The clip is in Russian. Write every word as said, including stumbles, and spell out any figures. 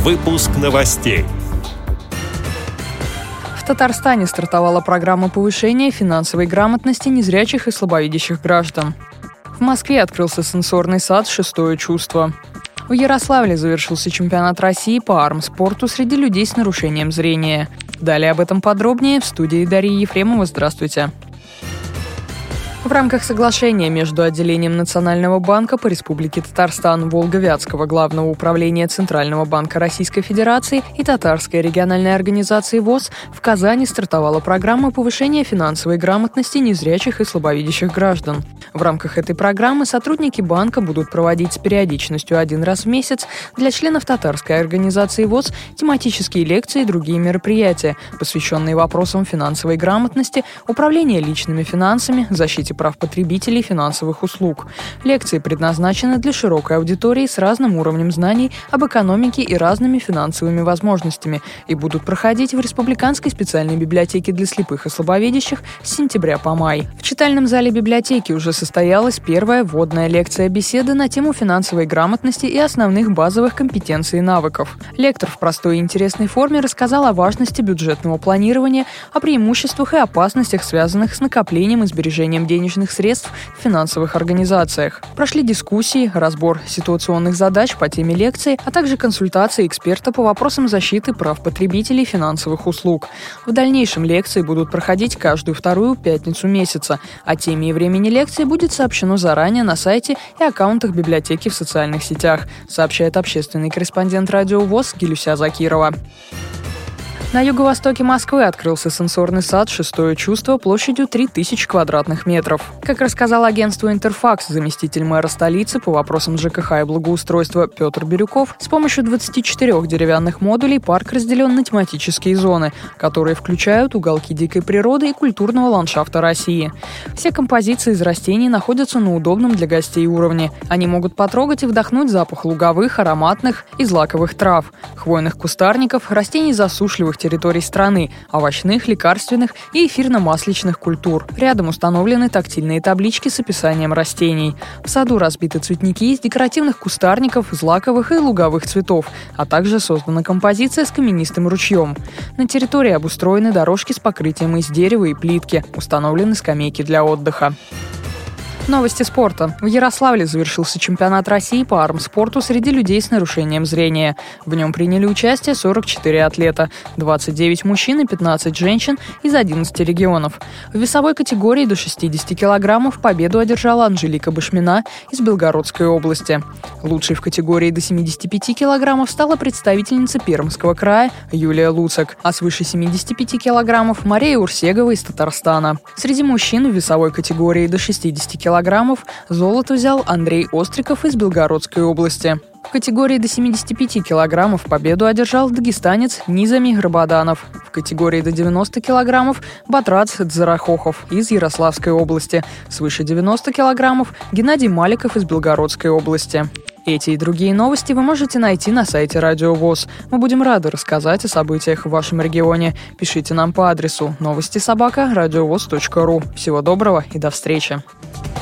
Выпуск новостей. В Татарстане стартовала программа повышения финансовой грамотности незрячих и слабовидящих граждан. В Москве открылся сенсорный сад «Шестое чувство». В Ярославле завершился чемпионат России по армспорту среди людей с нарушением зрения. Далее об этом подробнее в студии Дарьи Ефремова. Здравствуйте. В рамках соглашения между отделением Национального банка по Республике Татарстан Волго-Вятского Главного управления Центрального банка Российской Федерации и Татарской региональной организации ВОС в Казани стартовала программа повышения финансовой грамотности незрячих и слабовидящих граждан. В рамках этой программы сотрудники банка будут проводить с периодичностью один раз в месяц для членов Татарской организации ВОС тематические лекции и другие мероприятия, посвященные вопросам финансовой грамотности, управления личными финансами, защите прав потребителей и финансовых услуг. Лекции предназначены для широкой аудитории с разным уровнем знаний об экономике и разными финансовыми возможностями и будут проходить в Республиканской специальной библиотеке для слепых и слабовидящих с сентября по май. В читальном зале библиотеки уже состоялась первая вводная лекция-беседа на тему финансовой грамотности и основных базовых компетенций и навыков. Лектор в простой и интересной форме рассказал о важности бюджетного планирования, о преимуществах и опасностях, связанных с накоплением и сбережением денег денежных средств в финансовых организациях. Прошли дискуссии, разбор ситуационных задач по теме лекции, а также консультации эксперта по вопросам защиты прав потребителей финансовых услуг. В дальнейшем лекции будут проходить каждую вторую пятницу месяца. О теме и времени лекции будет сообщено заранее на сайте и аккаунтах библиотеки в социальных сетях, сообщает общественный корреспондент радио ВОС Гилюся Закирова. На юго-востоке Москвы открылся сенсорный сад «Шестое чувство» площадью три тысячи квадратных метров. Как рассказал агентству «Интерфакс» заместитель мэра столицы по вопросам ЖКХ и благоустройства Петр Бирюков, с помощью двадцати четырёх деревянных модулей парк разделен на тематические зоны, которые включают уголки дикой природы и культурного ландшафта России. Все композиции из растений находятся на удобном для гостей уровне. Они могут потрогать и вдохнуть запах луговых, ароматных и злаковых трав, хвойных кустарников, растений засушливых территорий страны, овощных, лекарственных и эфирно-масличных культур. Рядом установлены тактильные таблички с описанием растений. В саду разбиты цветники из декоративных кустарников, злаковых и луговых цветов, а также создана композиция с каменистым ручьем. На территории обустроены дорожки с покрытием из дерева и плитки, установлены скамейки для отдыха. Новости спорта. В Ярославле завершился чемпионат России по армспорту среди людей с нарушением зрения. В нем приняли участие сорок четыре атлета, двадцать девять мужчин и пятнадцать женщин из одиннадцати регионов. В весовой категории до шестидесяти килограммов победу одержала Анжелика Башмина из Белгородской области. Лучшей в категории до семидесяти пяти килограммов стала представительница Пермского края Юлия Луцак, а свыше семидесяти пяти килограммов Мария Урсегова из Татарстана. Среди мужчин в весовой категории до шестидесяти килограммов золото взял Андрей Остриков из Белгородской области. В категории до семидесяти пяти килограммов победу одержал дагестанец Низами Грабаданов. В категории до девяноста килограммов Батрац Дзарахохов из Ярославской области. Свыше девяноста килограммов Геннадий Маликов из Белгородской области. Эти и другие новости вы можете найти на сайте Радио ВОС. Мы будем рады рассказать о событиях в вашем регионе. Пишите нам по адресу новости собака радиовос точка ру. Всего доброго и до встречи.